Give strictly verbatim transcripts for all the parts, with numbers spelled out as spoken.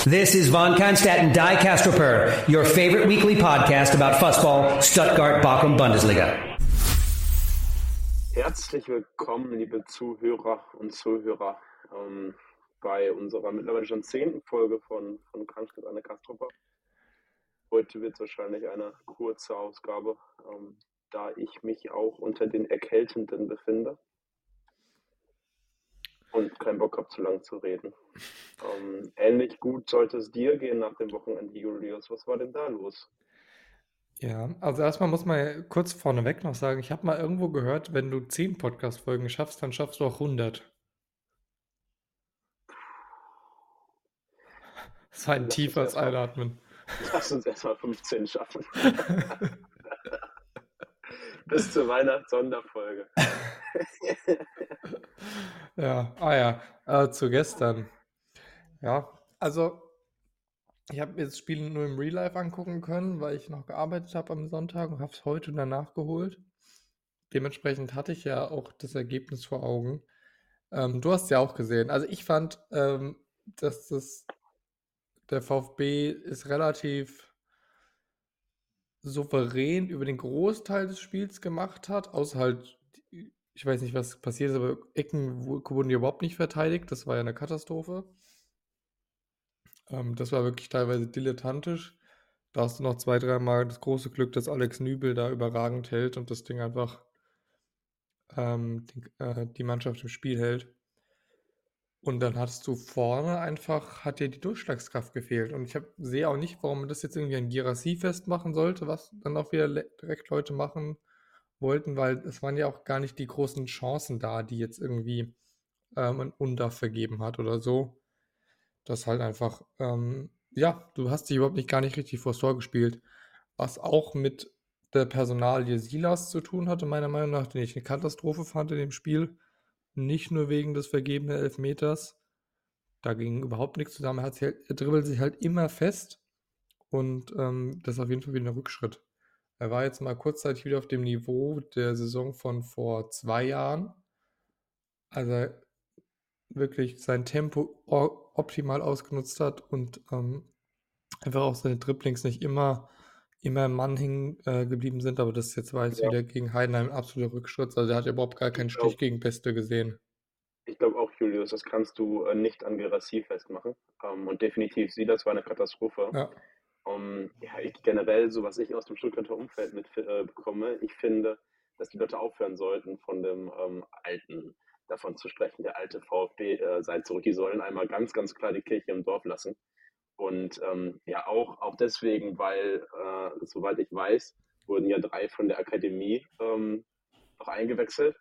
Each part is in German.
This is Von Kannstadt and Die Castroper, your favorite weekly podcast about Fußball, Stuttgart, Bochum, Bundesliga. Herzlich willkommen, liebe Zuhörer und Zuhörer, ähm, bei unserer mittlerweile schon zehnten Folge von, von Kannstadt an der Castroper. Heute wird es wahrscheinlich eine kurze Ausgabe, ähm, da ich mich auch unter den Erkältenden befinde und keinen Bock habe, zu lang zu reden. Ähm, ähnlich gut sollte es dir gehen nach dem Wochenende, Julius. Was war denn da los? Ja, also erstmal muss man ja kurz vorneweg noch sagen, ich habe mal irgendwo gehört, wenn du zehn Podcast-Folgen schaffst, dann schaffst du auch hundert. Das war ein Lass uns tieferes erst mal- Einatmen. Lass uns erstmal fünfzehn schaffen. Bis zur Weihnachts-Sonderfolge. Ja, ah ja, äh, zu gestern. Ja, also ich habe mir das Spiel nur im Real Life angucken können, weil ich noch gearbeitet habe am Sonntag und habe es heute danach geholt. Dementsprechend hatte ich ja auch das Ergebnis vor Augen. Ähm, du hast ja auch gesehen. Also ich fand, ähm, dass das der VfB ist relativ souverän über den Großteil des Spiels gemacht hat, außer halt, die- ich weiß nicht, was passiert ist, aber Ecken wu- wurden ja überhaupt nicht verteidigt. Das war ja eine Katastrophe. Ähm, das war wirklich teilweise dilettantisch. Da hast du noch zwei, dreimal das große Glück, dass Alex Nübel da überragend hält und das Ding einfach ähm, die, äh, die Mannschaft im Spiel hält. Und dann hattest du vorne einfach, hat dir die Durchschlagskraft gefehlt. Und ich hab, sehe auch nicht, warum man das jetzt irgendwie an Girassi festmachen sollte, was dann auch wieder le- direkt Leute machen wollten, weil es waren ja auch gar nicht die großen Chancen da, die jetzt irgendwie ähm, ein Undav vergeben hat oder so. Das halt einfach, ähm, ja, du hast dich überhaupt nicht gar nicht richtig vors Tor gespielt. Was auch mit der Personalie Silas zu tun hatte, meiner Meinung nach, den ich eine Katastrophe fand in dem Spiel. Nicht nur wegen des vergebenen Elfmeters. Da ging überhaupt nichts zusammen. Er, hat sich halt, er dribbelt sich halt immer fest und ähm, das ist auf jeden Fall wieder ein Rückschritt. Er war jetzt mal kurzzeitig wieder auf dem Niveau der Saison von vor zwei Jahren. Also wirklich sein Tempo o- optimal ausgenutzt hat und ähm, einfach auch seine Dribblings nicht immer, immer im Mann hängen äh, geblieben sind, aber das jetzt war jetzt Ja. wieder gegen Heidenheim ein absoluter Rückschritt. Also der hat überhaupt gar keinen Ich glaub- Stich gegen Beste gesehen. Ich glaube auch, Julius, das kannst du äh, nicht an Girassi festmachen. Ähm, und definitiv, Silas war eine Katastrophe. Ja. Um, ja, ich generell, so was ich aus dem Stuttgarter Umfeld mitbekomme, äh, ich finde, dass die Leute aufhören sollten, von dem ähm, alten, davon zu sprechen, der alte VfB äh, sei zurück. Die sollen einmal ganz, ganz klar die Kirche im Dorf lassen. Und ähm, ja, auch, auch deswegen, weil, äh, soweit ich weiß, wurden ja drei von der Akademie ähm, noch eingewechselt.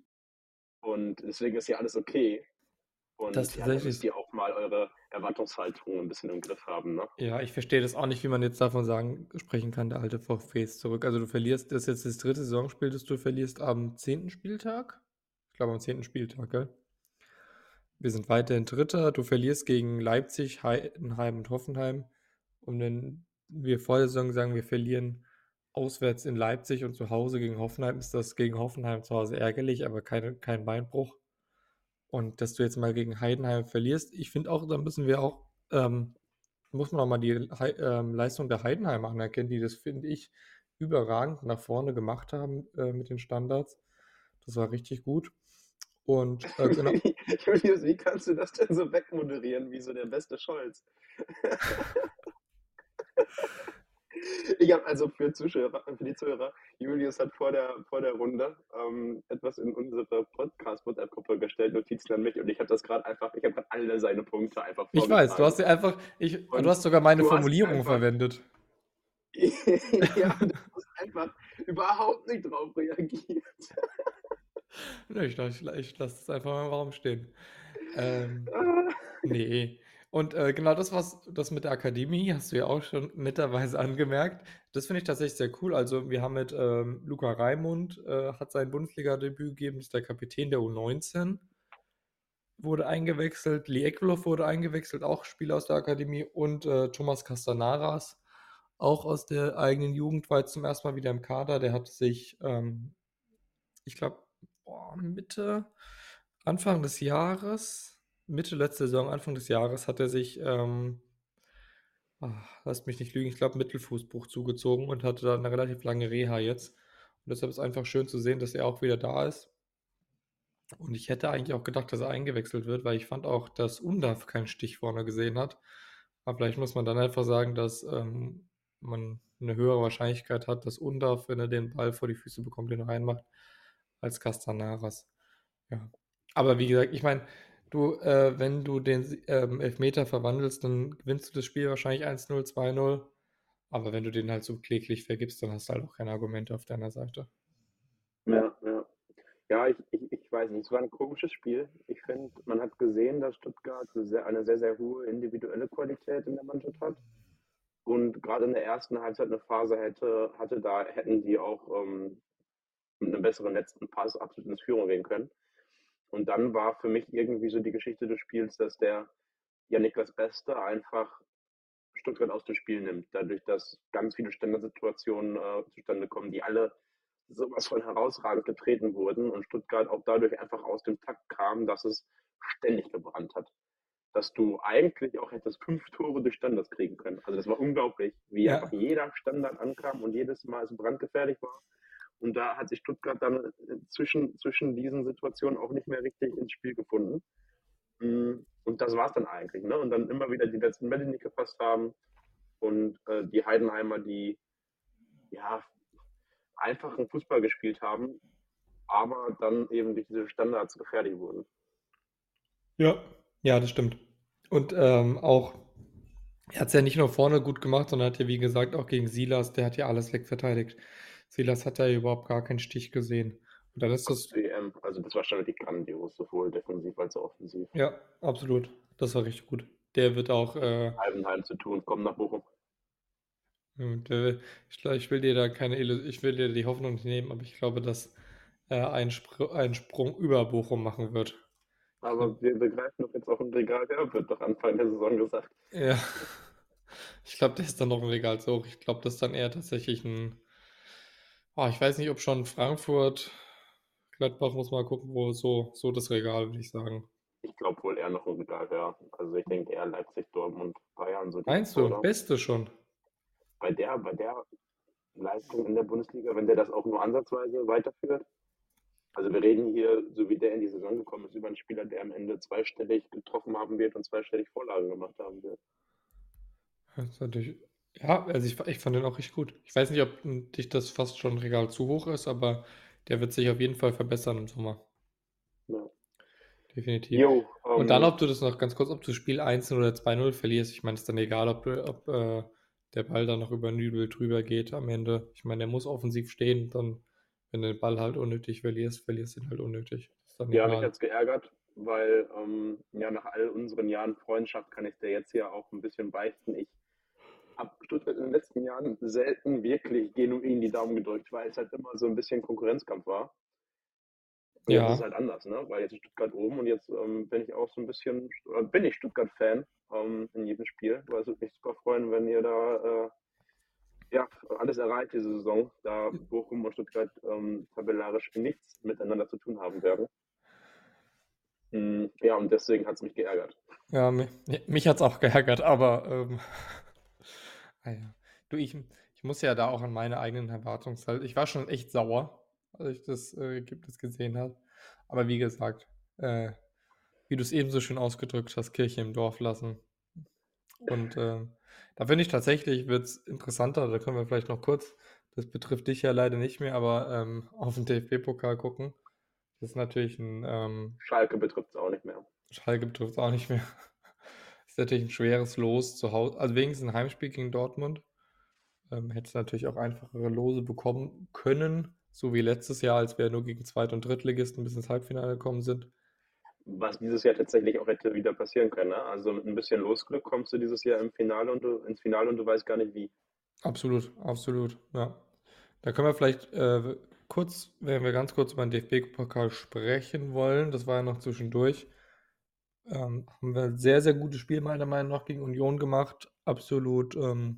Und deswegen ist ja alles okay. Und Das ja, da tatsächlich- müsst ihr auch mal eure Erwartungshaltung ein bisschen im Griff haben, ne? Ja, ich verstehe das auch nicht, wie man jetzt davon sagen, sprechen kann, der alte VfB ist zurück. Also du verlierst, das ist jetzt das dritte Saisonspiel, das du verlierst am zehnten Spieltag. Ich glaube am zehnten Spieltag, gell? Wir sind weiterhin Dritter. Du verlierst gegen Leipzig, Heidenheim und Hoffenheim. Und wenn wir vor der Saison sagen, wir verlieren auswärts in Leipzig und zu Hause gegen Hoffenheim, ist das gegen Hoffenheim zu Hause ärgerlich, aber keine, kein Beinbruch. Und dass du jetzt mal gegen Heidenheim verlierst, ich finde auch, da müssen wir auch, ähm, muss man auch mal die Hei- ähm, Leistung der Heidenheimer anerkennen, die das, finde ich, überragend nach vorne gemacht haben äh, mit den Standards. Das war richtig gut. Und äh, genau, Julius, wie kannst du das denn so wegmoderieren, wie so der beste Scholz? Ich habe also für, Zuschauer, für die Zuhörer, Julius hat vor der, vor der Runde ähm, etwas in unsere Podcast-WhatsApp-Gruppe gestellt, Notizen an mich, und ich habe das gerade einfach, ich habe gerade alle seine Punkte einfach ich weiß, du hast ja einfach, ich, Und du hast sogar meine du hast Formulierung einfach- verwendet. Ja, du hast einfach überhaupt nicht drauf reagiert. Nee, ich, ich, ich lasse das einfach mal im Raum stehen. Ähm, Ah. nee. Und äh, genau das, was das mit der Akademie, hast du ja auch schon netterweise angemerkt. Das finde ich tatsächlich sehr cool. Also, wir haben mit ähm, Luca Raimund, äh, hat sein Bundesliga-Debüt gegeben, ist der Kapitän der U neunzehn. Wurde eingewechselt, Lee Eklof wurde eingewechselt, auch Spieler aus der Akademie, und äh, Thomas Castanaras, auch aus der eigenen Jugend, war jetzt zum ersten Mal wieder im Kader. Der hat sich, ähm, ich glaube, Mitte, Anfang des Jahres, Mitte letzte Saison, Anfang des Jahres, hat er sich ähm, ah, lass mich nicht lügen, ich glaube Mittelfußbruch zugezogen und hatte da 'ne relativ lange Reha jetzt. Und deshalb ist einfach schön zu sehen, dass er auch wieder da ist. Und ich hätte eigentlich auch gedacht, dass er eingewechselt wird, weil ich fand auch, dass Undav keinen Stich vorne gesehen hat. Aber vielleicht muss man dann einfach sagen, dass, ähm, man 'ne höhere Wahrscheinlichkeit hat, dass Undav, wenn er den Ball vor die Füße bekommt, den reinmacht, als Castanaras. Ja. Aber wie gesagt, ich meine, du, äh, wenn du den s ähm, Elfmeter verwandelst, dann gewinnst du das Spiel wahrscheinlich eins null, zwei null. Aber wenn du den halt so kläglich vergibst, dann hast du halt auch keine Argumente auf deiner Seite. Ja, ja. Ja, ich, ich, ich weiß nicht, es war ein komisches Spiel. Ich finde, man hat gesehen, dass Stuttgart eine sehr, eine sehr, sehr hohe individuelle Qualität in der Mannschaft hat. Und gerade in der ersten Halbzeit eine Phase hätte, hatte, da hätten die auch ähm, mit einem besseren letzten Pass absolut ins Führung gehen können. Und dann war für mich irgendwie so die Geschichte des Spiels, dass der ja Niklas Beste einfach Stuttgart aus dem Spiel nimmt, dadurch, dass ganz viele Standardsituationen äh, zustande kommen, die alle sowas von herausragend getreten wurden und Stuttgart auch dadurch einfach aus dem Takt kam, dass es ständig gebrannt hat. Dass du eigentlich auch hättest fünf Tore durch Standards kriegen können. Also das war unglaublich, wie einfach Ja. jeder Standard ankam und jedes Mal es brandgefährlich war. Und da hat sich Stuttgart dann zwischen, zwischen diesen Situationen auch nicht mehr richtig ins Spiel gefunden. Und das war es dann eigentlich. Ne? Und dann immer wieder die letzten Bälle nicht gepasst haben. Und äh, die Heidenheimer, die ja einfachen Fußball gespielt haben, aber dann eben durch diese Standards gefährlich wurden. Ja. Ja, das stimmt. Und, ähm, auch er hat's ja nicht nur vorne gut gemacht, sondern hat ja, wie gesagt, auch gegen Silas, der hat ja alles wegverteidigt. Silas hat da überhaupt gar keinen Stich gesehen. Und dann ist das W M, also das war schon wirklich grandios, sowohl defensiv als auch offensiv. ja, absolut. Das war richtig gut. Der wird auch, äh Heidenheim zu tun, kommen nach Bochum. und, äh, ich glaube, ich will dir da keine Illu ich will dir die Hoffnung nicht nehmen, aber ich glaube, dass er einen Spr einen Sprung über Bochum machen wird. Ich Aber glaube wir begreifen doch jetzt auch im Regal, wer wird doch Anfang der Saison gesagt. ja. Ich glaube, der ist dann noch 'n Regal zu hoch. Ich glaube, das ist dann eher tatsächlich 'n oh, ich weiß nicht, ob schon Frankfurt, Gladbach, muss mal gucken, wo so so das Regal, würde ich sagen. Ich glaube wohl eher noch im Regal, ja. Also ich denke eher Leipzig, Dortmund, Bayern, so die Meinst Ecke, du? oder? Beste schon? Bei der, bei der Leistung in der Bundesliga, wenn der das auch nur ansatzweise weiterführt. Also wir reden hier, so wie der in die Saison gekommen ist, über einen Spieler, der am Ende zweistellig getroffen haben wird und zweistellig Vorlagen gemacht haben wird. Das ist natürlich ja, also ich ich fand den auch richtig gut. Ich weiß nicht, ob, hm, dich das fast schon Regal zu hoch ist, aber der wird sich auf jeden Fall verbessern im Sommer. Ja. Definitiv. Jo, Und dann, ähm, ob du das noch ganz kurz, ob du das Spiel eins null oder zwei null verlierst, ich meine, ist dann egal, ob du ob, äh, der Ball dann noch über Nübel drüber geht am Ende. Ich meine, der muss offensiv stehen, dann, wenn du den Ball halt unnötig verlierst, verlierst du ihn halt unnötig. Ist dann ja, mich egal. hat's geärgert, weil ähm, ja nach all unseren Jahren Freundschaft kann ich dir jetzt hier auch ein bisschen beichten. Ich habe Stuttgart in den letzten Jahren selten wirklich genuin die Daumen gedrückt, weil es halt immer so ein bisschen Konkurrenzkampf war. Und jetzt ist es Ja, halt anders, ne? Weil jetzt ist Stuttgart oben und jetzt ähm, bin ich auch so ein bisschen, oder bin ich Stuttgart-Fan ähm, in jedem Spiel, weil es würde mich super freuen, wenn ihr da äh, ja, alles erreicht diese Saison, da Bochum und Stuttgart ähm, tabellarisch nichts miteinander zu tun haben werden. Mm, ja, und deswegen hat es mich geärgert. ja, mi mich hat's auch geärgert, aber, ähm, ah ja. Du, ich ich muss ja da auch an meine eigenen Erwartungshaltung ich war schon echt sauer, als ich das, äh, Ergebnis gesehen habe. Aber wie gesagt, äh, wie du es eben so schön ausgedrückt hast, Kirche im Dorf lassen. Und, ähm, da finde ich tatsächlich wird's interessanter, da können wir vielleicht noch kurz das betrifft dich ja leider nicht mehr, aber, ähm, auf den D F B-Pokal gucken. Das ist natürlich 'n, ähm Schalke betrifft es auch nicht mehr. Schalke betrifft's auch nicht mehr. Ist natürlich 'n schweres Los zu Hau also wenigstens 'n Heimspiel gegen Dortmund. Ähm, hättest natürlich auch einfachere Lose bekommen können, so wie letztes Jahr, als wir nur gegen Zweit und Drittligisten bis ins Halbfinale gekommen sind. Was dieses Jahr tatsächlich auch hätte wieder passieren können. Ne? Also mit ein bisschen Losglück kommst du dieses Jahr im Finale und du, ins Finale und du weißt gar nicht wie. Absolut, absolut, ja. Da können wir vielleicht, äh, kurz wenn wir ganz kurz über den D F B-Pokal sprechen wollen, das war ja noch zwischendurch, ähm, haben wir 'n sehr, sehr gutes Spiel meiner Meinung nach gegen Union gemacht. Absolut, ähm,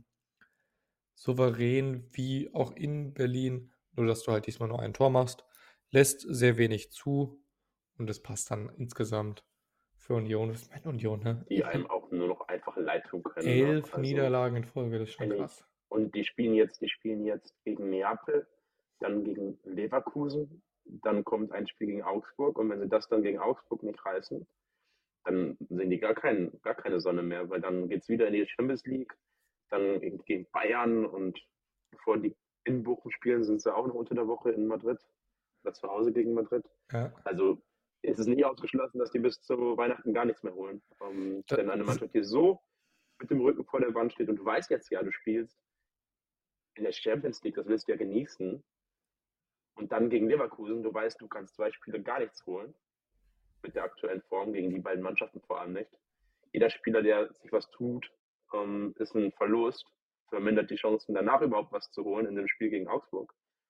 souverän wie auch in Berlin, nur dass du halt diesmal nur ein Tor machst. Lässt sehr wenig zu und das passt dann insgesamt, für Union. Das ist meine Union, ne? die einem auch nur noch einfach leid tun können. Ne? Elf Also Niederlagen in Folge, das ist schon eine, krass. und die spielen jetzt, die spielen jetzt gegen Neapel, dann gegen Leverkusen, dann kommt ein Spiel gegen Augsburg und wenn sie das dann gegen Augsburg nicht reißen, dann sehen die gar, kein, gar keine Sonne mehr, weil dann geht es wieder in die Champions League, dann gegen Bayern und bevor die in Bochum spielen, sind sie auch noch unter der Woche in Madrid oder zu Hause gegen Madrid. Ja. Also ist es nicht ausgeschlossen, dass die bis zu Weihnachten gar nichts mehr holen. Ähm, Da- denn eine Mannschaft, die so mit dem Rücken vor der Wand steht und du weißt jetzt ja, du spielst in der Champions League, das willst du ja genießen. Und dann gegen Leverkusen, du weißt, du kannst zwei Spiele gar nichts holen. Mit der aktuellen Form, gegen die beiden Mannschaften vor allem nicht. Jeder Spieler, der sich was tut, ähm, ist ein Verlust, vermindert die Chancen, danach überhaupt was zu holen in dem Spiel gegen Augsburg.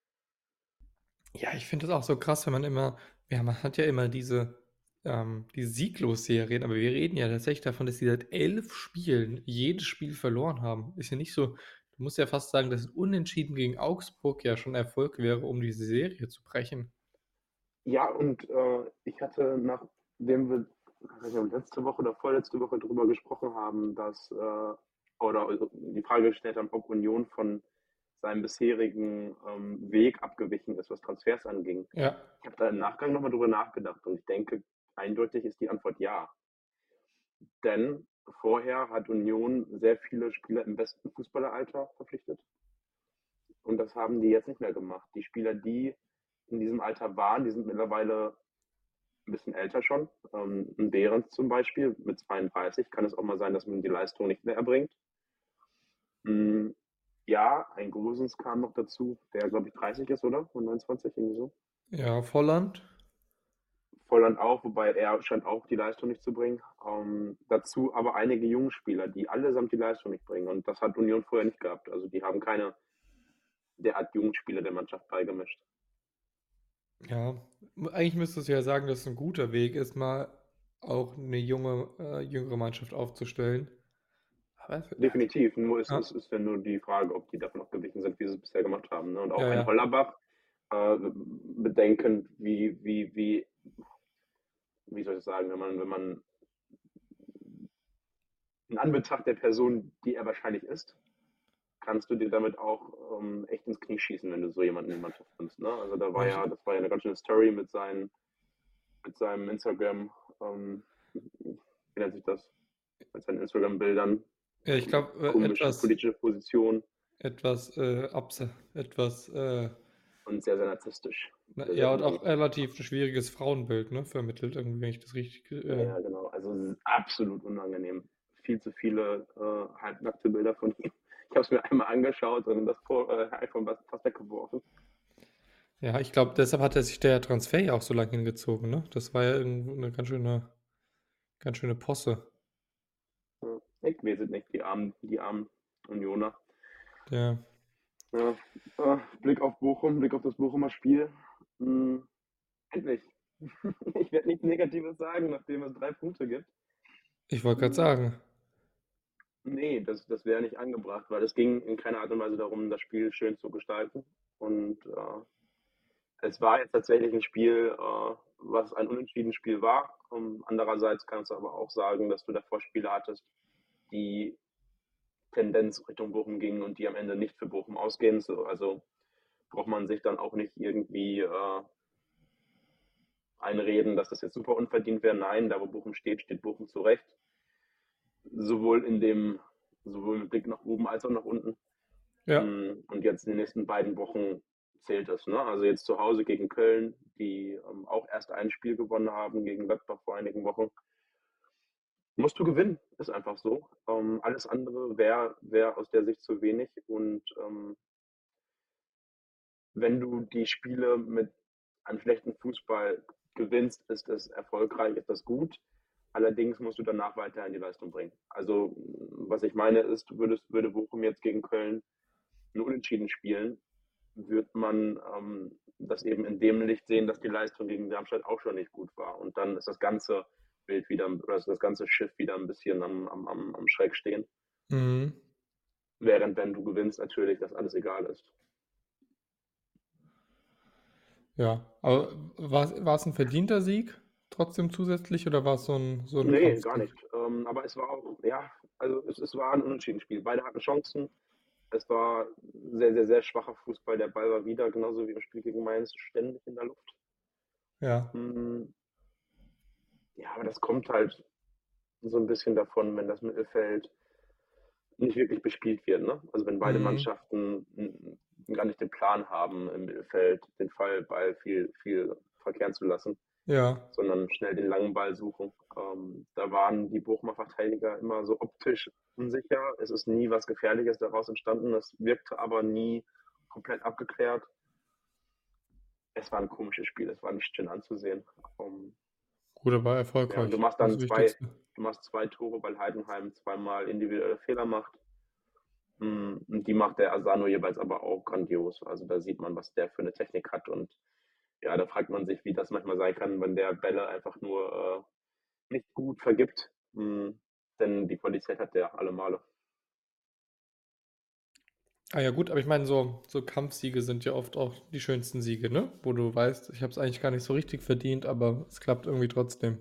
Ja, ich finde das auch so krass, wenn man immer, ja, man hat ja immer diese, ähm, diese Sieglos-Serien, aber wir reden ja tatsächlich davon, dass sie seit elf Spielen jedes Spiel verloren haben. Ist ja nicht so, du musst ja fast sagen, dass ein Unentschieden gegen Augsburg ja schon Erfolg wäre, um diese Serie zu brechen. Ja, und äh, ich hatte, nachdem wir letzte Woche oder vorletzte Woche darüber gesprochen haben, dass, äh, oder die Frage gestellt haben, ob Union von seinem bisherigen ähm, Weg abgewichen ist, was Transfers anging. Ja, Ich habe da im Nachgang nochmal drüber nachgedacht und ich denke, eindeutig ist die Antwort ja. Denn vorher hat Union sehr viele Spieler im besten Fußballeralter verpflichtet und das haben die jetzt nicht mehr gemacht. Die Spieler, die in diesem Alter waren, die sind mittlerweile ein bisschen älter schon. Ähm, ein Behrens zum Beispiel mit zweiunddreißig kann es auch mal sein, dass man die Leistung nicht mehr erbringt. Mm, ja, ein Gosens kam noch dazu, der glaube ich dreißig ist, oder? Und neunundzwanzig, irgendwie so. ja, Volland. Volland auch, wobei er scheint auch die Leistung nicht zu bringen. Ähm, dazu aber einige junge Spieler, die allesamt die Leistung nicht bringen. Und das hat Union vorher nicht gehabt. Also die haben keine derart jungen Spieler der Mannschaft beigemischt. Ja, eigentlich müsstest du ja sagen, dass es ein guter Weg ist, mal auch eine junge, äh, jüngere Mannschaft aufzustellen. Aber es- Definitiv. Nur ist ja, es ist ja nur die Frage, ob die davon abgewichen sind, wie sie es bisher gemacht haben. Ne? Und auch ja, ein ja. Hollerbach, äh, bedenkend, wie, wie, wie, wie soll ich sagen, wenn man, wenn man in Anbetracht der Person, die er wahrscheinlich ist, kannst du dir damit auch ähm, echt ins Knie schießen, wenn du so jemanden in die Mannschaft nimmst. Ne? Also da war Ich, ja, das war ja eine ganz schöne Story mit, seinen, mit seinem Instagram, ähm, wie nennt sich das? Mit seinen Instagram-Bildern, ja, ich ähm, glaube, äh, komische etwas, politische Position etwas, äh, abse, etwas, äh, und sehr, sehr narzisstisch. na, Sehr, sehr ja, und auch unangenehm. relativ ein schwieriges Frauenbild, ne, vermittelt, irgendwie, wenn ich das richtig, äh, Ja, genau. Also es ist absolut unangenehm. Viel zu viele äh, halbnackte Bilder von ihm. Ich habe es mir einmal angeschaut und das Po- äh, iPhone fast fast weggeworfen. ja, ich glaube, deshalb hat er sich der Transfer ja auch so lange hingezogen, ne? Das war ja irgendwo eine ganz schöne, ganz schöne Posse. Ja. Ich weiß es nicht, die armen, die armen Unioner. Ja, Ja. Äh, Blick auf Bochum, Blick auf das Bochumer Spiel. Hm, endlich. Ich werde nichts Negatives sagen, nachdem es drei Punkte gibt. ich wollte gerade Hm, sagen, nee, das, das wäre nicht angebracht, weil es ging in keiner Art und Weise darum, das Spiel schön zu gestalten. Und äh, es war jetzt tatsächlich ein Spiel, äh, was ein unentschiedenes Spiel war. Um, andererseits kannst du aber auch sagen, dass du davor Spiele hattest, die Tendenz Richtung Bochum gingen und die am Ende nicht für Bochum ausgehen. So, also braucht man sich dann auch nicht irgendwie äh, einreden, dass das jetzt super unverdient wäre. Nein, da wo Bochum steht, steht Bochum zurecht. Sowohl in dem, sowohl mit Blick nach oben als auch nach unten. ja, Und jetzt in den nächsten beiden Wochen zählt es. Ne? Also jetzt zu Hause gegen Köln, die ähm, auch erst ein Spiel gewonnen haben gegen Gladbach vor einigen Wochen. Musst du gewinnen, ist einfach so. Ähm, alles andere wäre wär aus der Sicht zu wenig. Und ähm, wenn du die Spiele mit einem schlechten Fußball gewinnst, ist es erfolgreich, ist das gut. Allerdings musst du danach weiter in die Leistung bringen. Also, was ich meine ist, du würdest, würde Bochum jetzt gegen Köln ein Unentschieden spielen, wird man ähm, das eben in dem Licht sehen, dass die Leistung gegen Darmstadt auch schon nicht gut war. Und dann ist das ganze Bild wieder, oder ist das ganze Schiff wieder ein bisschen am, am, am, am Schreck stehen. mhm. Während, wenn du gewinnst, natürlich das alles egal ist. Ja, aber war war es ein verdienter Sieg, trotzdem zusätzlich oder war es so ein, so ein Nee, gar Kampfsieg? nicht. Ähm, aber es war auch, ja, also es, es war ein Unentschieden-Spiel. Beide hatten Chancen. Es war sehr, sehr, sehr schwacher Fußball. Der Ball war wieder, genauso wie im Spiel gegen Mainz, ständig in der Luft. Ja. Mm, Ja, aber das kommt halt so ein bisschen davon, wenn das Mittelfeld nicht wirklich bespielt wird. Ne? Also wenn beide Mhm. Mannschaften n- gar nicht den Plan haben, im Mittelfeld den Fallball viel, viel verkehren zu lassen, Ja. sondern schnell den langen Ball suchen. Ähm, da waren die Bochumer Verteidiger immer so optisch unsicher. Es ist nie was Gefährliches daraus entstanden. Es wirkte aber nie komplett abgeklärt. Es war ein komisches Spiel. Es war nicht schön anzusehen. Ähm, Gut, aber ja, und du erfolgreich. machst Das ist dann das zwei, Wichtigste. du machst zwei Tore, weil Heidenheim zweimal individuelle Fehler macht. Mm, Und die macht der Asano jeweils aber auch grandios. Also da sieht man, was der für eine Technik hat. Und ja, da fragt man sich, wie das manchmal sein kann, wenn der Bälle einfach nur äh, nicht gut vergibt. Mm, Denn die Qualität hat der alle Male. Ah ja gut, aber ich meine, so, so Kampfsiege sind ja oft auch die schönsten Siege, ne? Wo du weißt, ich habe es eigentlich gar nicht so richtig verdient, aber es klappt irgendwie trotzdem.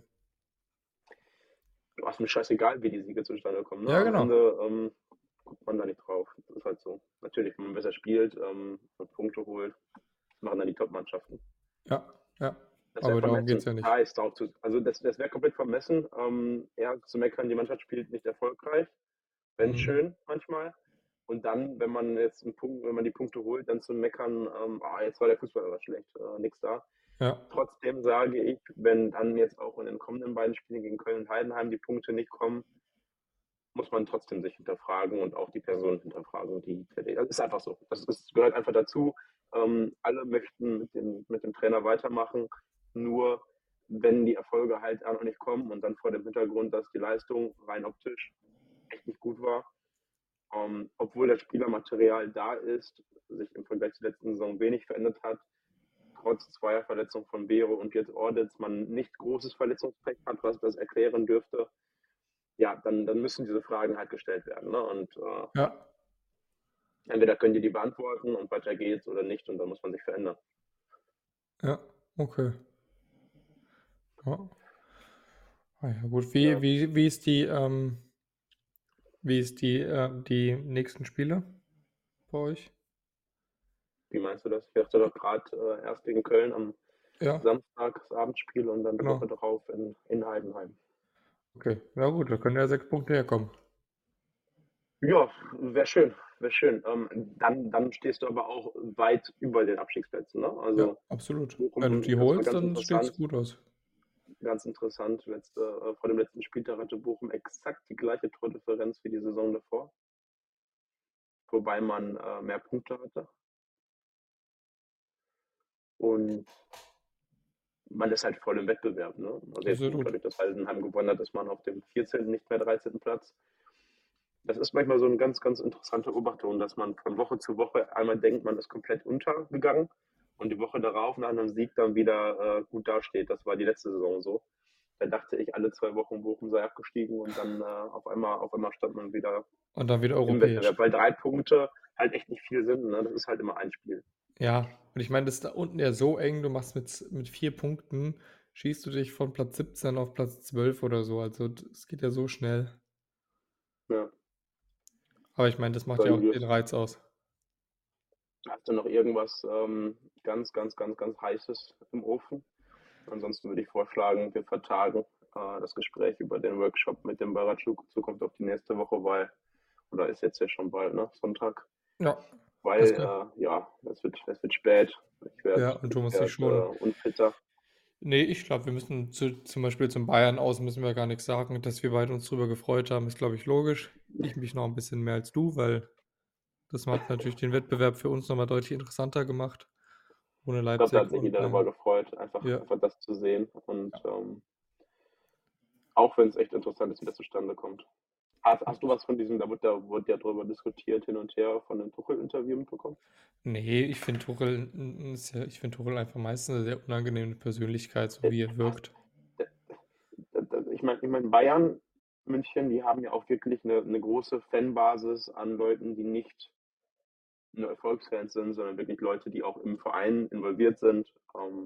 Du hast mir scheißegal, wie die Siege zustande kommen. Ne? Ja, Am genau. Ende ähm, guckt man da nicht drauf. Das ist halt so. Natürlich, wenn man besser spielt ähm, und Punkte holt, das machen dann die Top-Mannschaften. Ja, ja. Das wäre Aber darum geht vermessen. es ja nicht. Da ist auch zu, also das, das wäre komplett vermessen. Ähm, eher zu meckern, die Mannschaft spielt nicht erfolgreich, wenn Mhm. schön manchmal. Und dann, wenn man jetzt einen Punkt, wenn man die Punkte holt, dann zu meckern, ähm, ah, jetzt war der Fußball aber schlecht, äh, nix da. Ja, Trotzdem sage ich, wenn dann jetzt auch in den kommenden beiden Spielen gegen Köln und Heidenheim die Punkte nicht kommen, muss man trotzdem sich hinterfragen und auch die Personen hinterfragen, die das ist einfach so. Das ist, gehört einfach dazu. Ähm, alle möchten mit dem, mit dem Trainer weitermachen, nur wenn die Erfolge halt auch noch nicht kommen und dann vor dem Hintergrund, dass die Leistung rein optisch echt nicht gut war, ähm, obwohl das Spielermaterial da ist, sich im Vergleich zur letzten Saison wenig verändert hat, trotz zweier Verletzungen von Bero und jetzt Orditz man nicht großes Verletzungspech hat, was das erklären dürfte, ja, dann, dann müssen diese Fragen halt gestellt werden. Ne? Und äh, ja, entweder können die die beantworten und weiter geht's oder nicht und dann muss man sich verändern. ja, okay. Ja. Ah ja, gut. Wie, Ja, wie, wie ist die, ähm, wie ist die, äh, die nächsten Spiele bei euch? wie meinst du das? Ich dachte doch gerade äh, erst gegen Köln am Ja, Samstag das Abendspiel und dann die Woche genau. darauf in, in Heidenheim. Okay. Ja gut, da können ja sechs Punkte herkommen. Ja, wäre schön, wäre schön. Ähm, dann, dann stehst du aber auch weit über den Abstiegsplätzen. Ne? Ja, Also absolut. Wenn du die Bochum, das war holst, ganz dann steht es interessant. gut aus. Ganz interessant. Letzte, äh, vor dem letzten Spieltag hatte Bochum exakt die gleiche Tordifferenz wie die Saison davor, wobei man äh, mehr Punkte hatte. Und man ist halt voll im Wettbewerb. Ne? Also jetzt gut, Absolut. dadurch, dass Heidenheim gewonnen hat, ist man auf dem vierzehnten nicht mehr dreizehnten Platz. Das ist manchmal so eine ganz, ganz interessante Beobachtung, dass man von Woche zu Woche einmal denkt, man ist komplett untergegangen und die Woche darauf nach einem Sieg dann wieder äh, gut dasteht. Das war die letzte Saison so. Da dachte ich, alle zwei Wochen Bochum sei abgestiegen und dann äh, auf einmal, auf einmal stand man wieder Und dann wieder im europäisch. Wettbewerb, weil drei Punkte halt echt nicht viel sind. Ne? Das ist halt immer ein Spiel. Ja, und ich meine, das ist da unten ja so eng, du machst mit, mit vier Punkten, schießt du dich von Platz siebzehn auf Platz zwölf oder so. Also es geht ja so schnell. Ja. Aber ich meine, das macht ja Weil auch wir den Reiz aus. Hast du noch irgendwas ähm, ganz, ganz, ganz, ganz Heißes im Ofen? Ansonsten würde ich vorschlagen, wir vertagen äh, das Gespräch über den Workshop mit dem Baratschuk Zukunft auf die nächste Woche, weil, oder ist jetzt ja schon bald, ne? Sonntag, Ja, weil das kann. äh, ja, es wird, es wird spät. Ich werde Ja, und du ich musst dich werd, äh, schon. unfitter. Nee, ich glaube, wir müssen zu, zum Beispiel zum Bayern aus, müssen wir gar nichts sagen. Dass wir beide uns drüber gefreut haben, ist, glaube ich, logisch. Ich mich noch ein bisschen mehr als du, weil das hat natürlich den Wettbewerb für uns nochmal deutlich interessanter gemacht. Ohne Ich glaube, da Leipzig hat sich und jeder darüber Bayern. gefreut, einfach, Ja, einfach das zu sehen. Und ja, ähm, auch wenn es echt interessant ist, wie das zustande kommt. Hast, hast du was von diesem, da wurde, da wurde ja drüber diskutiert, hin und her, von dem Tuchel-Interview mitbekommen? nee, ich finde Tuchel, n- ist ja, ich finde Tuchel einfach meistens eine sehr unangenehme Persönlichkeit, so Äh, wie er hast, wirkt. äh, ich meine, ich mein, Bayern München, die haben ja auch wirklich eine, eine große Fanbasis an Leuten, die nicht nur Erfolgsfans sind, sondern wirklich Leute, die auch im Verein involviert sind. Ähm,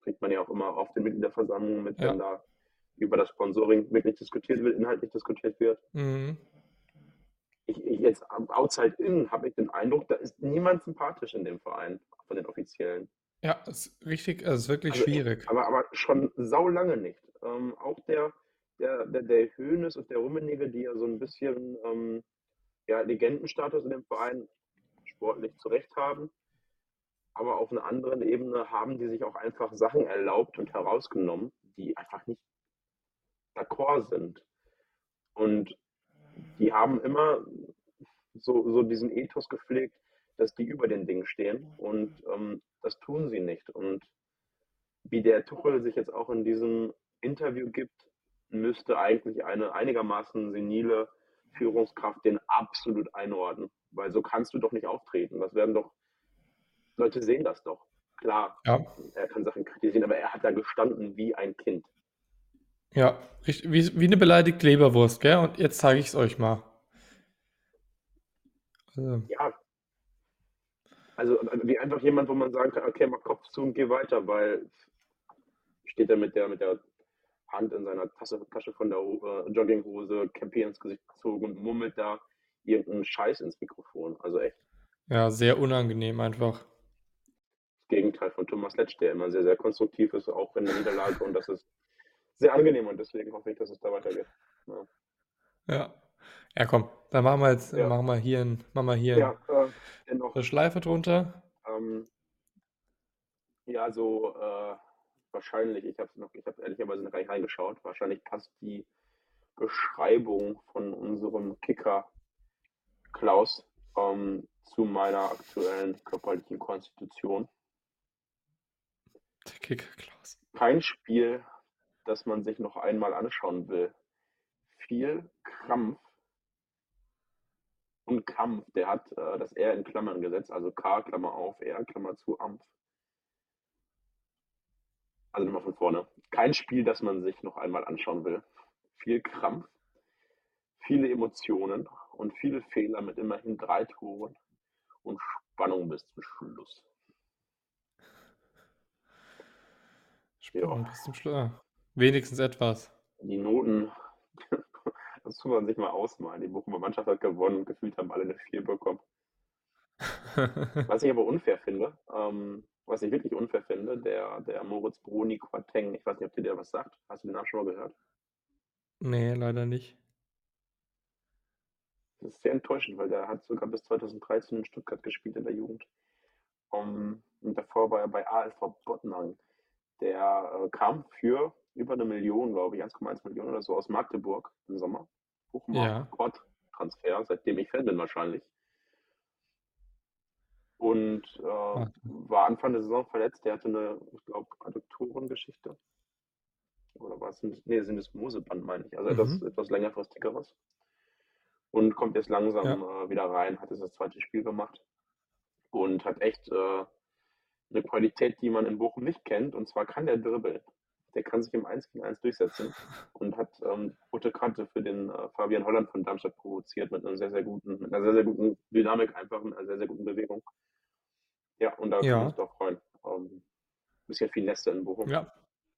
kriegt man ja auch immer auf den Mitgliederversammlungen mit, wenn Ja. da über das Sponsoring wirklich diskutiert wird, inhaltlich diskutiert wird. Mhm. Ich, ich jetzt am Outside In habe ich den Eindruck, da ist niemand sympathisch in dem Verein von den Offiziellen. Ja, es ist richtig, also es ist wirklich Also echt, schwierig. aber, aber schon saulange nicht. Ähm, auch der, der, der, der Hoeneß und der Rummenigge, die ja so ein bisschen ähm, ja, Legendenstatus in dem Verein sportlich zurecht haben, aber auf einer anderen Ebene haben die sich auch einfach Sachen erlaubt und herausgenommen, die einfach nicht d'accord sind. Und die haben immer so, so diesen Ethos gepflegt, dass die über den Dingen stehen und ähm, das tun sie nicht. Und wie der Tuchel sich jetzt auch in diesem Interview gibt, müsste eigentlich eine einigermaßen senile Führungskraft den absolut einordnen, weil so kannst du doch nicht auftreten. Das werden doch, Leute sehen das doch. Klar, Ja, er kann Sachen kritisieren, aber er hat da gestanden wie ein Kind. ja, richtig, wie, wie eine beleidigte Leberwurst, gell? Und jetzt zeige ich es euch mal. Also, Ja, also wie einfach jemand, wo man sagen kann, okay, mach Kopf zu und geh weiter, weil steht er mit der, mit der Hand in seiner Tasche, Tasche von der äh, Jogginghose, Cappy ins Gesicht gezogen und murmelt da irgendeinen Scheiß ins Mikrofon. Also echt ja, sehr unangenehm einfach. das Gegenteil von Thomas Letsch, der immer sehr, sehr konstruktiv ist, auch in der Niederlage. Und das ist sehr angenehm und deswegen hoffe ich, dass es da weitergeht. Ja, Ja. Ja, komm, dann machen wir jetzt, ja, machen wir hier ein, machen wir hier ja äh, dennoch, eine Schleife drunter. ähm, ja, so äh, wahrscheinlich, ich habe noch, ich habe ehrlicherweise noch gar nicht reingeschaut, wahrscheinlich passt die Beschreibung von unserem Kicker Klaus ähm, zu meiner aktuellen körperlichen Konstitution. Der Kicker Klaus. Kein Spiel, das man sich noch einmal anschauen will. Viel Krampf und Kampf. Der hat äh, das R in Klammern gesetzt, also K, Klammer auf, R, Klammer zu, Ampf. Also nochmal von vorne. Kein Spiel, das man sich noch einmal anschauen will. Viel Krampf, viele Emotionen und viele Fehler mit immerhin drei Toren und Spannung bis zum Schluss. Spannung Ja, bis zum Schluss. Ah, wenigstens etwas. die Noten, das muss man sich mal ausmalen. Die Bochumer Mannschaft hat gewonnen und gefühlt haben alle eine vier bekommen. Was ich aber unfair finde, ähm, was ich wirklich unfair finde, der, der Moritz Bruni Quateng, ich weiß nicht, ob dir der was sagt. Hast du den Namen schon mal gehört? Nee, leider nicht. Das ist sehr enttäuschend, weil der hat sogar bis zweitausenddreizehn in Stuttgart gespielt in der Jugend. Um, und davor war er bei A S V Bottnang. Der äh, kam für über eine Million, glaube ich, eins Komma eins Millionen oder so aus Magdeburg im Sommer. Bochumer Ja. Rekordtransfer, seitdem ich Fan bin wahrscheinlich. Und äh, Ah, war Anfang der Saison verletzt. Der hatte eine, ich glaube, Adduktorengeschichte. Oder war es ein, nee, Syndesmoseband, meine ich. Also etwas, mhm. etwas längerfristigeres. Und kommt jetzt langsam Ja. äh, wieder rein, hat jetzt das zweite Spiel gemacht. Und hat echt äh, eine Qualität, die man in Bochum nicht kennt. Und zwar kann der dribbeln. Der kann sich im eins gegen eins durchsetzen und hat ähm, rote Karte für den äh, Fabian Holland von Darmstadt provoziert mit einer sehr, sehr guten, mit einer sehr, sehr guten Dynamik einfach, mit einer sehr, sehr guten Bewegung. Ja, und da können wir uns Ja. doch freuen. Ähm, bisschen Finesse in Bochum. Ja.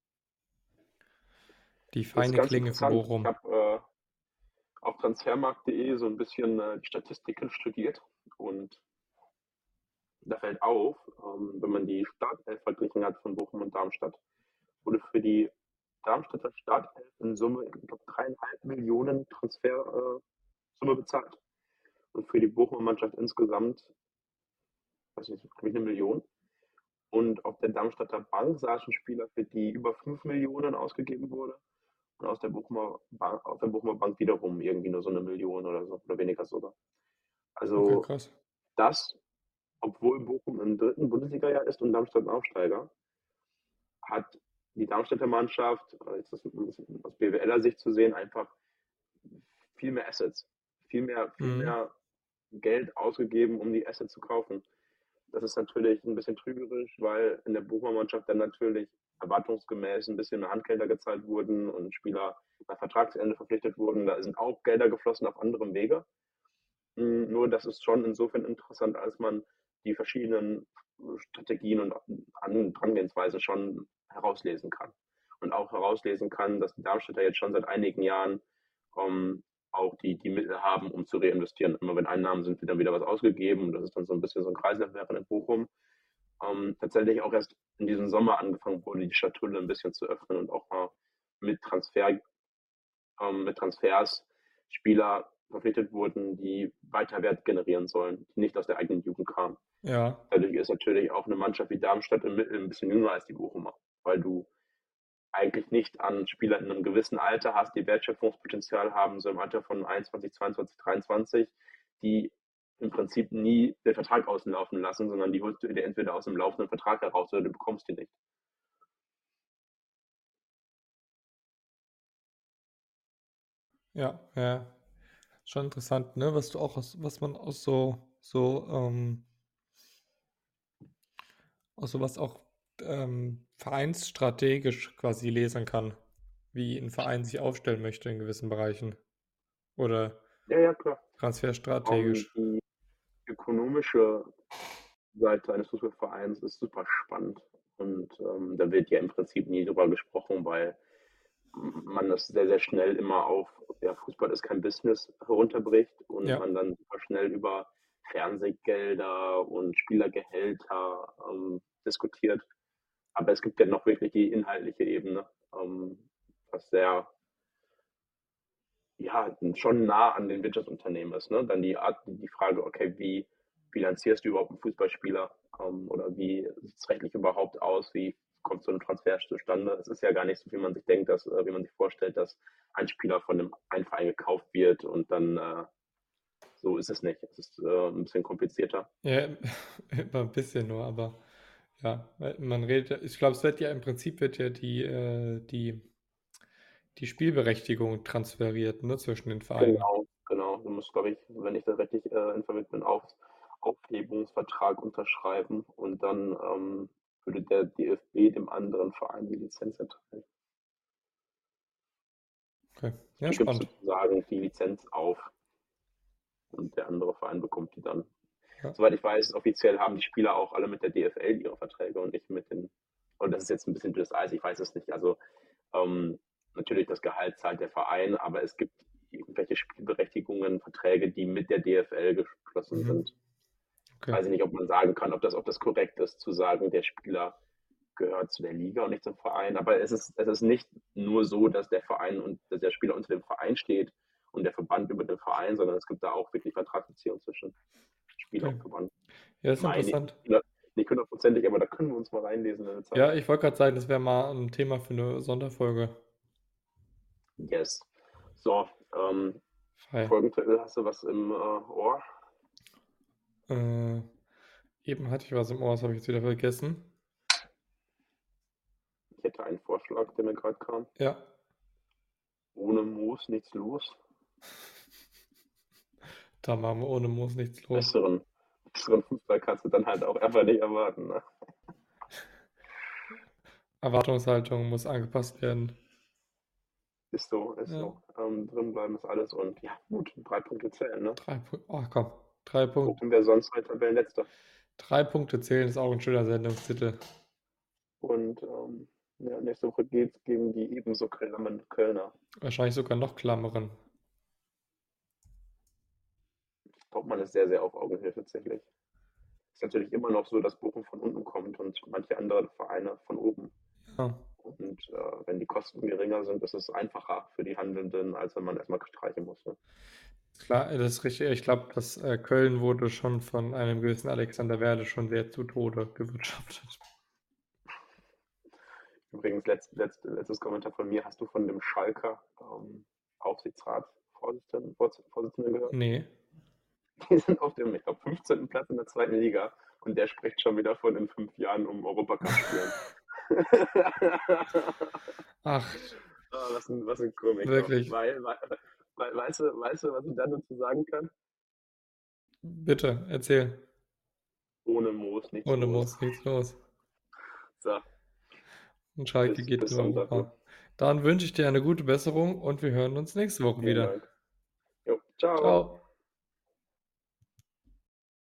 Die Das ist feine ganz Klinge für interessant. Ich Bochum. habe äh, auf transfermarkt punkt de so ein bisschen äh, die Statistiken studiert und da fällt auf, ähm, wenn man die Startelf verglichen hat von Bochum und Darmstadt, wurde für die Darmstädter Startelf in Summe, ich glaube, dreieinhalb Millionen Transfersumme äh, bezahlt. Und für die Bochumer Mannschaft insgesamt, weiß nicht, glaube ich, eine Million. Und auf der Darmstädter Bank saßen Spieler, für die über fünf Millionen ausgegeben wurde. Und aus der Bochumer Bank, auf der Bochumer Bank wiederum irgendwie nur so eine Million oder so, oder weniger sogar. Okay, Also krass. das, obwohl Bochum im dritten Bundesliga-Jahr ist und Darmstadt ein Aufsteiger, hat die Darmstädter Mannschaft, jetzt das aus B W Ler Sicht zu sehen, einfach viel mehr Assets, viel mehr, viel Mhm. mehr Geld ausgegeben, um die Assets zu kaufen. Das ist natürlich ein bisschen trügerisch, weil in der Bochumer Mannschaft dann natürlich erwartungsgemäß ein bisschen mehr Handgelder gezahlt wurden und Spieler nach Vertragsende verpflichtet wurden. Da sind auch Gelder geflossen auf anderem Wege. Nur das ist schon insofern interessant, als man die verschiedenen Strategien und Herangehensweisen schon herauslesen kann. Und auch herauslesen kann, dass die Darmstädter jetzt schon seit einigen Jahren ähm, auch die, die Mittel haben, um zu reinvestieren. Immer wenn Einnahmen sind, wird dann wieder was ausgegeben. Und das ist dann so ein bisschen so ein Kreislauf während in Bochum. Ähm, tatsächlich auch erst in diesem Sommer angefangen wurde, die Schatulle ein bisschen zu öffnen und auch mal mit Transfer, ähm, mit Transfers Spieler verpflichtet wurden, die weiter Wert generieren sollen, die nicht aus der eigenen Jugend kamen. Ja, Dadurch ist natürlich auch eine Mannschaft wie Darmstadt im Mittel ein bisschen jünger als die Bochumer, weil du eigentlich nicht an Spieler in einem gewissen Alter hast, die Wertschöpfungspotenzial haben, so im Alter von einundzwanzig, zweiundzwanzig, dreiundzwanzig, die im Prinzip nie den Vertrag auslaufen lassen, sondern die holst du dir entweder aus dem laufenden Vertrag heraus oder du bekommst die nicht. ja, ja. Schon interessant, ne? Was du auch aus, was man aus so, so, ähm, aus sowas auch ähm, vereinsstrategisch quasi lesen kann, wie ein Verein sich aufstellen möchte in gewissen Bereichen. Oder Ja, ja, klar. Um, transferstrategisch. die ökonomische Seite eines Fußballvereins ist super spannend. Und ähm, da wird ja im Prinzip nie drüber gesprochen, weil man das sehr, sehr schnell immer auf, ja, Fußball ist kein Business herunterbricht und Ja, man dann super schnell über Fernsehgelder und Spielergehälter ähm, diskutiert. Aber es gibt ja noch wirklich die inhaltliche Ebene, ähm, was sehr, ja, schon nah an den Wirtschaftsunternehmen ist. Ne? Dann die Art, die Frage, okay, wie bilanzierst du überhaupt einen Fußballspieler ähm, oder wie sieht es rechtlich überhaupt aus? Wie kommt so ein Transfer zustande? Es ist ja gar nicht so, wie man sich denkt, dass, äh, wie man sich vorstellt, dass ein Spieler von einem einen Verein gekauft wird und dann äh, so ist es nicht. Es ist äh, ein bisschen komplizierter. ja, immer ein bisschen nur, aber ja, weil man redet, ja- ich glaube, es wird ja im Prinzip wird ja die, äh, die, die Spielberechtigung transferiert, ne, zwischen den Vereinen. Genau, genau. Du musst, glaube ich, wenn ich da richtig äh, informiert bin, auf Aufhebungsvertrag unterschreiben und dann ähm, würde der D F B dem anderen Verein die Lizenz erteilen. Okay, ja, Du gibst spannend. sozusagen die Lizenz auf und der andere Verein bekommt die dann. Ja. Soweit ich weiß, offiziell haben die Spieler auch alle mit der D F L ihre Verträge und nicht mit den. Und das ist jetzt ein bisschen dünnes Eis, ich weiß es nicht. Also ähm, natürlich das Gehalt zahlt der Verein, aber es gibt irgendwelche Spielberechtigungen, Verträge, die mit der D F L geschlossen Mhm. sind. Okay. Weiß ich nicht, ob man sagen kann, ob das, ob das korrekt ist, zu sagen, der Spieler gehört zu der Liga und nicht zum Verein. Aber es ist, es ist nicht nur so, dass der Verein und dass der Spieler unter dem Verein steht und der Verband über den Verein, sondern es gibt da auch wirklich Vertragsbeziehungen zwischen Spieler Okay. und Verband. Ja, das ist Meine ich. interessant. Nicht hundertprozentig, aber da können wir uns mal reinlesen in der Zeit. Ja, ich wollte gerade sagen, das wäre mal ein Thema für eine Sonderfolge. Yes. So, ähm, Frei. Folgentitel, hast du was im äh, Ohr? Äh, eben hatte ich was im Ohr, das habe ich jetzt wieder vergessen. Ich hätte einen Vorschlag, der mir gerade kam. Ja. Ohne Moos nichts los. Da machen wir ohne Moos nichts los. Besseren, besseren Fußball kannst du dann halt auch einfach nicht erwarten. Ne? Erwartungshaltung muss angepasst werden. Ist so, ist Ja. so. Ähm, drin bleiben ist alles und ja, gut, drei Punkte zählen, ne? Drei Punkte. Oh, komm. Drei Punkte. Gucken wir sonst halt Tabellenletzter. Drei Punkte zählen ist auch ein schöner Sendungstitel. Und ähm, ja, nächste Woche geht's gegen die ebenso klammen Kölner. Wahrscheinlich sogar noch klammeren. Hauptmann ist sehr, sehr auf Augenhöhe tatsächlich. Ist natürlich immer noch so, dass Bochum von unten kommt und manche andere Vereine von oben. Ja. Und äh, wenn die Kosten geringer sind, ist es einfacher für die Handelnden, als wenn man erstmal streichen muss. Ne? Klar, das ist richtig. Ich glaube, dass äh, Köln wurde schon von einem gewissen Alexander Werde schon sehr zu Tode gewirtschaftet. Übrigens, letzt, letzt, letztes Kommentar von mir. Hast du von dem Schalker ähm, Aufsichtsratsvorsitzenden Vorsitzenden gehört? Nee. Die sind auf dem, ich glaube, fünfzehnten Platz in der zweiten Liga und der spricht schon wieder von in fünf Jahren um Europacup spielen. Ach, Ah, was ein, was ein Komiker. wirklich. Weil, weil, weil, weißt, du, weißt du, was ich da dazu sagen kann? Bitte, erzähl. Ohne Moos nichts Ohne los. Moos nichts los. So, Und Schalke bis, geht bis in Sonntag. Ne? Europa. Dann wünsche ich dir eine gute Besserung und wir hören uns nächste Woche Vielen wieder. Dank. Jo, ciao. Ciao.